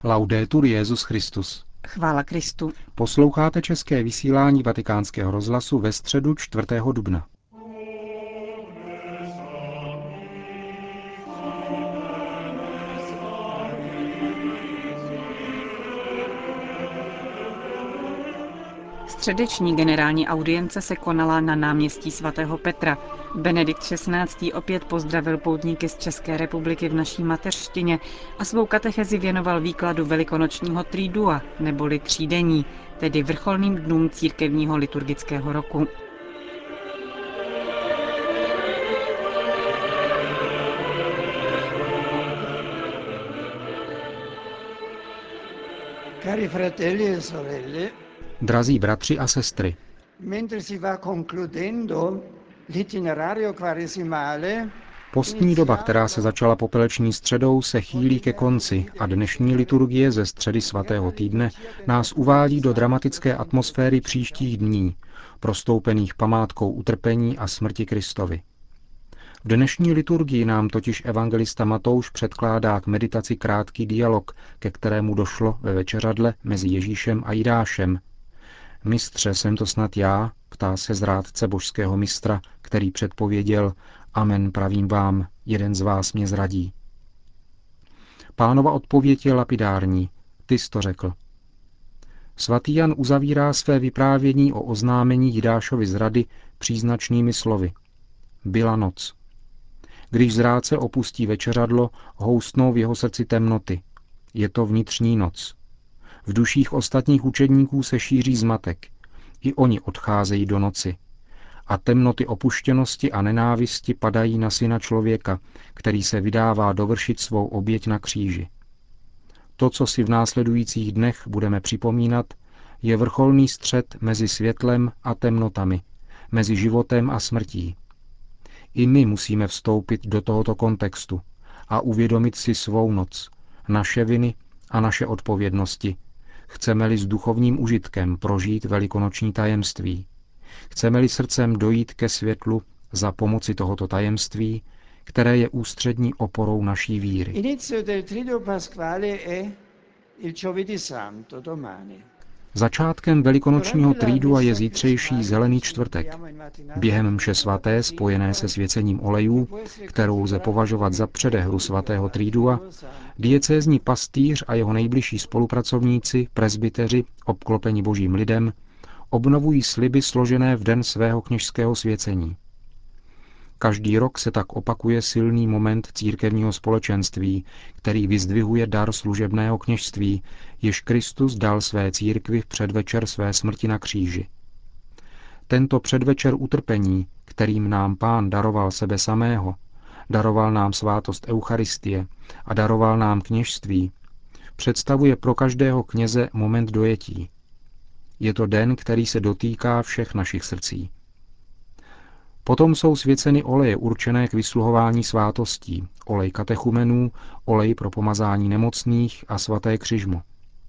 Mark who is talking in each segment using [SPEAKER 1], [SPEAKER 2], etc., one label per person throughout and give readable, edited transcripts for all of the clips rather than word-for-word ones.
[SPEAKER 1] Laudetur Jesus Christus.
[SPEAKER 2] Chvála Kristu.
[SPEAKER 1] Posloucháte české vysílání Vatikánského rozhlasu ve středu 4. dubna.
[SPEAKER 2] Středeční generální audience se konala na náměstí svatého Petra. Benedikt XVI. Opět pozdravil poutníky z České republiky v naší mateřštině a svou katechezi věnoval výkladu velikonočního tridua, neboli třídení, tedy vrcholným dnům církevního liturgického roku.
[SPEAKER 3] Cari fratelli e sorelle,
[SPEAKER 1] Drazí bratři a sestry,
[SPEAKER 3] mentre si va concludendo l'itinerario quaresimale,
[SPEAKER 1] postní doba, která se začala popeleční středou, se chýlí ke konci a dnešní liturgie ze středy svatého týdne nás uvádí do dramatické atmosféry příštích dní, prostoupených památkou utrpení a smrti Kristovy. V dnešní liturgii nám totiž evangelista Matouš předkládá k meditaci krátký dialog, ke kterému došlo ve večeřadle mezi Ježíšem a Jidášem. Mistře, jsem to snad já? Ptá se zrádce božského mistra, který předpověděl: Amen, pravím vám, jeden z vás mě zradí. Pánova odpověď je lapidární. Ty jsi to řekl. Svatý Jan uzavírá své vyprávění o oznámení Jidášovy zrady příznačnými slovy. Byla noc. Když zrádce opustí večeřadlo, houstnou v jeho srdci temnoty. Je to vnitřní noc. V duších ostatních učedníků se šíří zmatek. I oni odcházejí do noci. A temnoty opuštěnosti a nenávisti padají na syna člověka, který se vydává dovršit svou oběť na kříži. To, co si v následujících dnech budeme připomínat, je vrcholný střet mezi světlem a temnotami, mezi životem a smrtí. I my musíme vstoupit do tohoto kontextu a uvědomit si svou noc, naše viny a naše odpovědnosti. Chceme-li s duchovním užitkem prožít velikonoční tajemství. Chceme-li srdcem dojít ke světlu za pomoci tohoto tajemství, které je ústřední oporou naší víry.
[SPEAKER 3] Inizio del Triduo Pasquale è il Giovedì Santo, domani.
[SPEAKER 1] Začátkem velikonočního trídua je zítřejší Zelený čtvrtek. Během mše svaté, spojené se svěcením olejů, kterou lze považovat za předehru svatého trídua, diecézní pastýř a jeho nejbližší spolupracovníci, presbyteři, obklopeni božím lidem, obnovují sliby složené v den svého kněžského svěcení. Každý rok se tak opakuje silný moment církevního společenství, který vyzdvihuje dar služebného kněžství, jež Kristus dal své církvi v předvečer své smrti na kříži. Tento předvečer utrpení, kterým nám Pán daroval sebe samého, daroval nám svátost Eucharistie a daroval nám kněžství, představuje pro každého kněze moment dojetí. Je to den, který se dotýká všech našich srdcí. Potom jsou svěceny oleje určené k vysluhování svátostí, olej katechumenů, olej pro pomazání nemocných a svaté křižmo.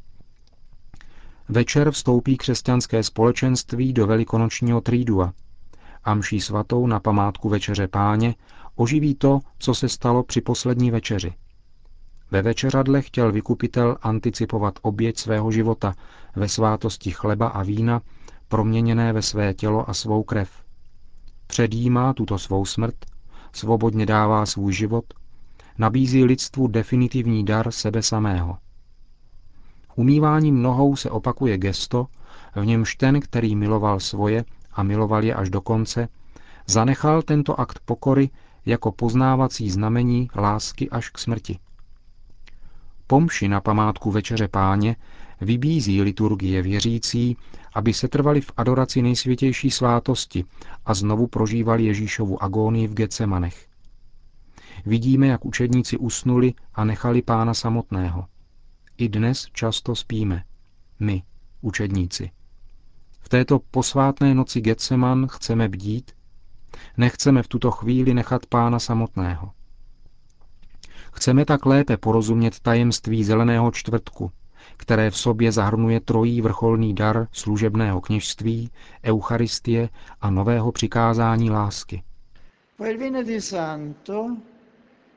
[SPEAKER 1] Večer vstoupí křesťanské společenství do velikonočního trídua a mší svatou na památku Večeře Páně oživí to, co se stalo při poslední večeři. Ve večeřadle chtěl vykupitel anticipovat oběť svého života ve svátosti chleba a vína, proměněné ve své tělo a svou krev. Předjímá tuto svou smrt, svobodně dává svůj život, nabízí lidstvu definitivní dar sebe samého. Umýváním nohou se opakuje gesto, v němž ten, který miloval svoje a miloval je až do konce, zanechal tento akt pokory jako poznávací znamení lásky až k smrti. Po mši na památku Večeře Páně vybízí liturgie věřící, aby se trvali v adoraci nejsvětější svátosti a znovu prožívali Ježíšovu agónii v Getsemanech. Vidíme, jak učedníci usnuli a nechali Pána samotného. I dnes často spíme. My, učedníci. V této posvátné noci Getseman chceme bdít, nechceme v tuto chvíli nechat Pána samotného. Chceme tak lépe porozumět tajemství Zeleného čtvrtku, které v sobě zahrnuje trojí vrcholný dar služebného kněžství, Eucharistie a nového přikázání lásky.
[SPEAKER 3] Poi il Venerdì Santo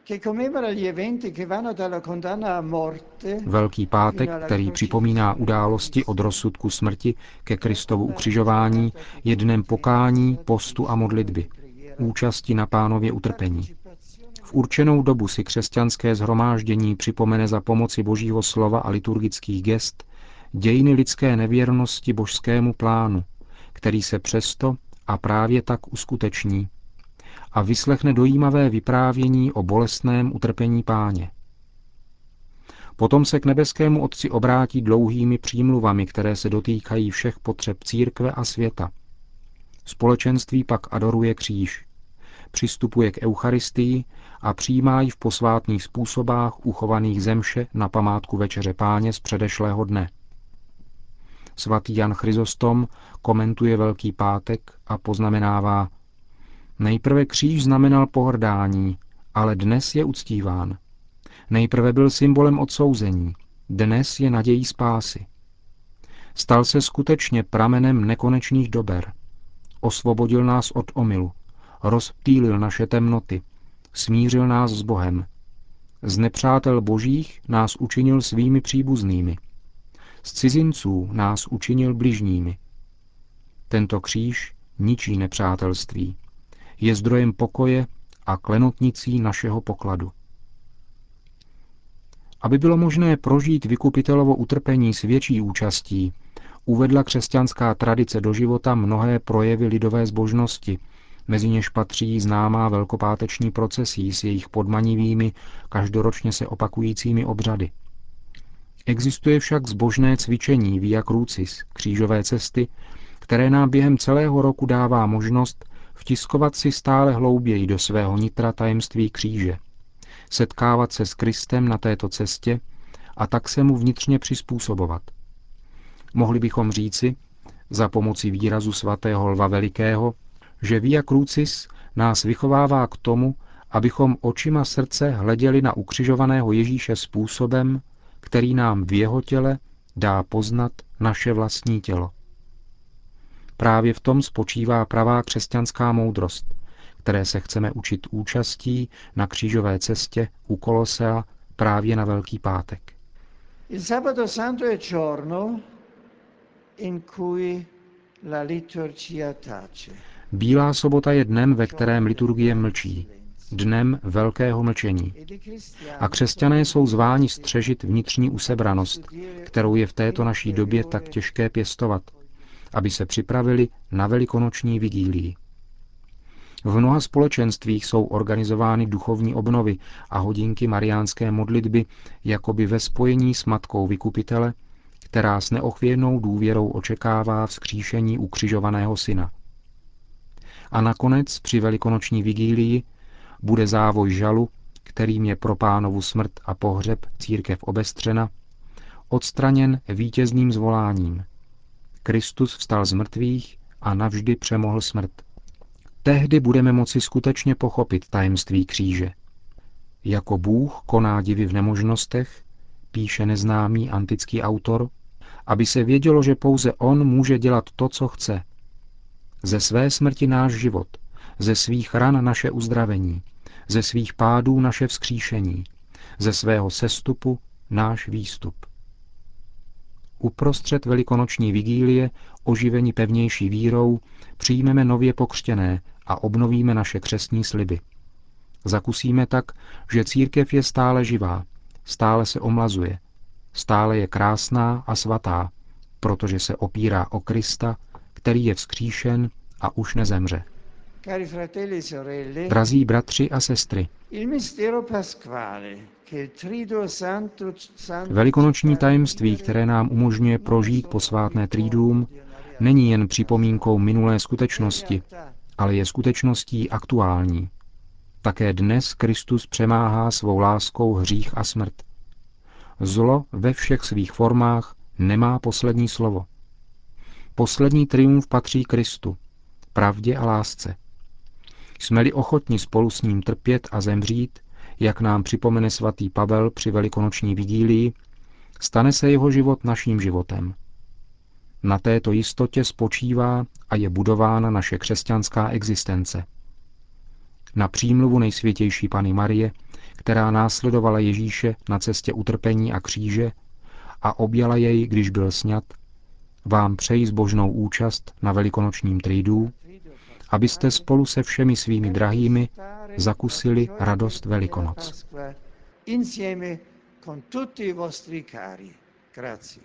[SPEAKER 1] Velký pátek, který připomíná události od rozsudku smrti ke Kristovu ukřižování, je dnem pokání, postu a modlitby, účasti na Pánově utrpení. V určenou dobu si křesťanské shromáždění připomene za pomoci Božího slova a liturgických gest dějiny lidské nevěrnosti božskému plánu, který se přesto a právě tak uskuteční, a vyslechne dojímavé vyprávění o bolestném utrpení Páně. Potom se k nebeskému Otci obrátí dlouhými přímluvami, které se dotýkají všech potřeb církve a světa. Společenství pak adoruje kříž, přistupuje k Eucharistii a přijímá ji v posvátných způsobách uchovaných ze mše na památku Večeře Páně z předešlého dne. Svatý Jan Chryzostom komentuje Velký pátek a poznamenává: nejprve kříž znamenal pohrdání, ale dnes je uctíván. Nejprve byl symbolem odsouzení, dnes je nadějí spásy. Stal se skutečně pramenem nekonečných dober. Osvobodil nás od omylu, rozptýlil naše temnoty, smířil nás s Bohem. Z nepřátel božích nás učinil svými příbuznými. Z cizinců nás učinil bližními. Tento kříž ničí nepřátelství. Je zdrojem pokoje a klenotnicí našeho pokladu. Aby bylo možné prožít vykupitelovo utrpení s větší účastí, uvedla křesťanská tradice do života mnohé projevy lidové zbožnosti, mezi něž patří známá velkopáteční procesí s jejich podmanivými, každoročně se opakujícími obřady. Existuje však zbožné cvičení Via Crucis, křížové cesty, které nám během celého roku dává možnost vtiskovat si stále hlouběji do svého nitra tajemství kříže, setkávat se s Kristem na této cestě a tak se mu vnitřně přizpůsobovat. Mohli bychom říci, za pomoci výrazu svatého Lva Velikého, že Via Crucis nás vychovává k tomu, abychom očima srdce hleděli na ukřižovaného Ježíše způsobem, který nám v jeho těle dá poznat naše vlastní tělo. Právě v tom spočívá pravá křesťanská moudrost, které se chceme učit účastí na křížové cestě u Kolosea právě na Velký pátek.
[SPEAKER 3] Il sabato santo è giorno in cui la liturgia tace.
[SPEAKER 1] Bílá sobota je dnem, ve kterém liturgie mlčí, dnem velkého mlčení. A křesťané jsou zváni střežit vnitřní usebranost, kterou je v této naší době tak těžké pěstovat, aby se připravili na velikonoční vigílii. V mnoha společenstvích jsou organizovány duchovní obnovy a hodinky mariánské modlitby jakoby ve spojení s Matkou Vykupitele, která s neochvějnou důvěrou očekává vzkříšení ukřižovaného syna. A nakonec při velikonoční vigílii bude závoj žalu, kterým je pro Pánovu smrt a pohřeb církev obestřena, odstraněn vítězným zvoláním. Kristus vstal z mrtvých a navždy přemohl smrt. Tehdy budeme moci skutečně pochopit tajemství kříže. Jako Bůh koná divy v nemožnostech, píše neznámý antický autor, aby se vědělo, že pouze on může dělat to, co chce. Ze své smrti náš život, ze svých ran naše uzdravení, ze svých pádů naše vzkříšení, ze svého sestupu náš výstup. Uprostřed velikonoční vigílie, oživeni pevnější vírou, přijmeme nově pokřtěné a obnovíme naše křestní sliby. Zakusíme tak, že církev je stále živá, stále se omlazuje, stále je krásná a svatá, protože se opírá o Krista, který je vzkříšen a už nezemře. Drazí bratři a sestry, velikonoční tajemství, které nám umožňuje prožít posvátné triduum, není jen připomínkou minulé skutečnosti, ale je skutečností aktuální. Také dnes Kristus přemáhá svou láskou hřích a smrt. Zlo ve všech svých formách nemá poslední slovo. Poslední triumf patří Kristu, pravdě a lásce. Jsme-li ochotni spolu s ním trpět a zemřít, jak nám připomene svatý Pavel při velikonoční vigílii, stane se jeho život naším životem. Na této jistotě spočívá a je budována naše křesťanská existence. na přímluvu Nejsvětější Panny Marie, která následovala Ježíše na cestě utrpení a kříže a objala jej, když byl sňat, vám přeji zbožnou účast na velikonočním tridu, abyste spolu se všemi svými drahými zakusili radost Velikonoc.
[SPEAKER 3] Insieme con tutti i vostri cari. Grazie.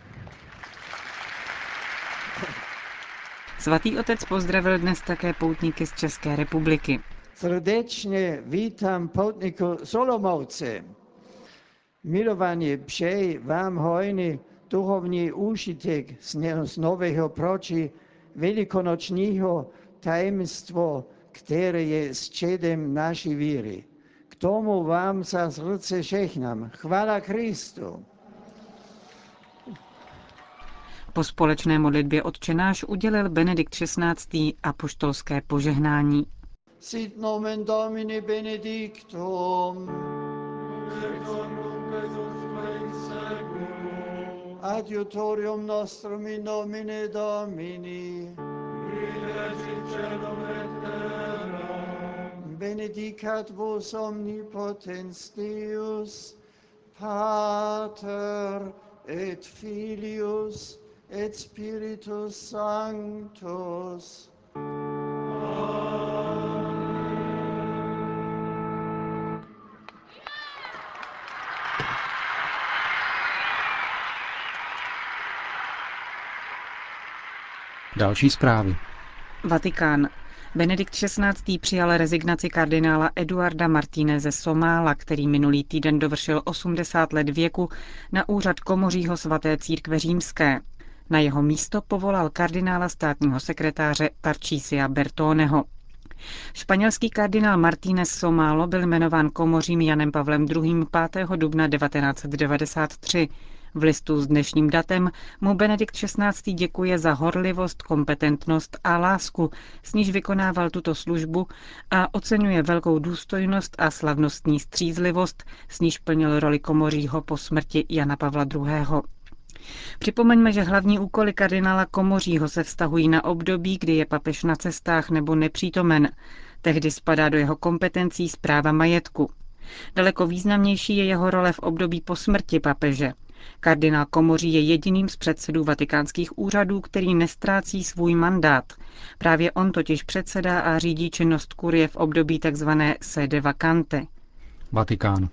[SPEAKER 2] Svatý otec pozdravil dnes také poutníky z České republiky.
[SPEAKER 3] Srdečně vítám poutníku z Olomouce. Milovaní, přeji vám hojný duchovní užitek z nového proči velikonočního tajemstva, které je středem naší víry. K tomu vám za srdce žehnám. Chvála Kristu.
[SPEAKER 2] Po společné modlitbě Otčenáš udělil Benedikt XVI. Apoštolské požehnání.
[SPEAKER 3] Sit nomen Domini benedictum. Adiutorium nostrum in nomine Domini. Benedicat vos omnipotens Deus, Pater et Filius et Spiritus Sanctus.
[SPEAKER 1] Další zprávy.
[SPEAKER 2] Vatikán. Benedikt XVI. Přijal rezignaci kardinála Eduarda Martíneze Somála, který minulý týden dovršil 80 let věku, na úřad komořího svaté církve římské. Na jeho místo povolal kardinála státního sekretáře Tarcísia Bertoneho. Španělský kardinál Martínez Somálo byl jmenován komořím Janem Pavlem II. 5. dubna 1993. V listu s dnešním datem mu Benedikt XVI. Děkuje za horlivost, kompetentnost a lásku, s níž vykonával tuto službu a oceňuje velkou důstojnost a slavnostní střízlivost, s níž plnil roli komořího po smrti Jana Pavla II. Připomeňme, že hlavní úkoly kardinála komořího se vztahují na období, kdy je papež na cestách nebo nepřítomen. Tehdy spadá do jeho kompetencí správa majetku. Daleko významnější je jeho role v období po smrti papeže. Kardinál komoří je jediným z předsedů vatikánských úřadů, který nestrácí svůj mandát. Právě on totiž předsedá a řídí činnost kurie v období tzv. Sede vacante.
[SPEAKER 1] Vatikán.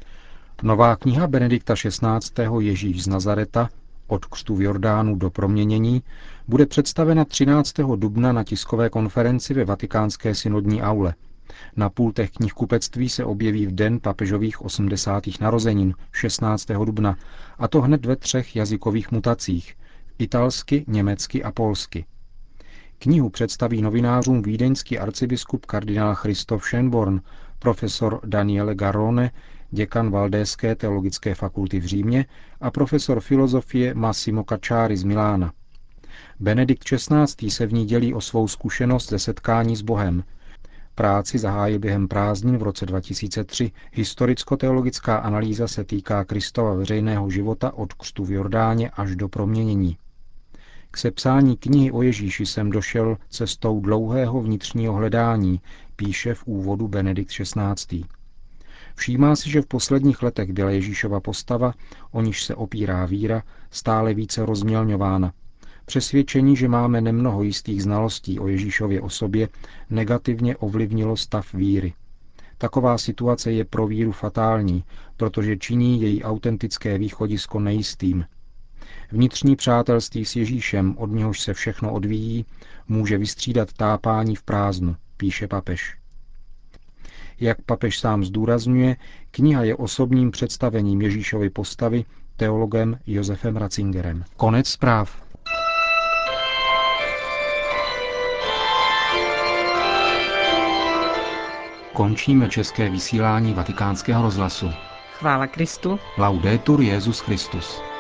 [SPEAKER 1] Nová kniha Benedikta XVI. Ježíš z Nazareta, od křtu v Jordánu do proměnění, bude představena 13. dubna na tiskové konferenci ve vatikánské synodní aule. Na pultech knihkupectví se objeví v den papežových 80. narozenin 16. dubna, a to hned ve 3 jazykových mutacích – italsky, německy a polsky. Knihu představí novinářům vídeňský arcibiskup kardinál Christoph Schönborn, profesor Daniele Garrone, děkan Valdéské teologické fakulty v Římě a profesor filozofie Massimo Cacciari z Milána. Benedikt XVI. Se v ní dělí o svou zkušenost ze setkání s Bohem. Práci zahájil během prázdnin v roce 2003. Historicko-teologická analýza se týká Kristova veřejného života od křtu v Jordáně až do proměnění. K sepsání knihy o Ježíši jsem došel cestou dlouhého vnitřního hledání, píše v úvodu Benedikt XVI. Všímá si, že v posledních letech byla Ježíšova postava, o níž se opírá víra, stále více rozmělňována. Přesvědčení, že máme nemnoho jistých znalostí o Ježíšově osobě, negativně ovlivnilo stav víry. Taková situace je pro víru fatální, protože činí její autentické východisko nejistým. Vnitřní přátelství s Ježíšem, od něhož se všechno odvíjí, může vystřídat tápání v prázdnu, píše papež. Jak papež sám zdůrazňuje, kniha je osobním představením Ježíšovy postavy teologem Josefem Ratzingerem. Konec zpráv. Končíme české vysílání Vatikánského rozhlasu.
[SPEAKER 2] Chvála Kristu.
[SPEAKER 1] Laudetur Jesus Christus.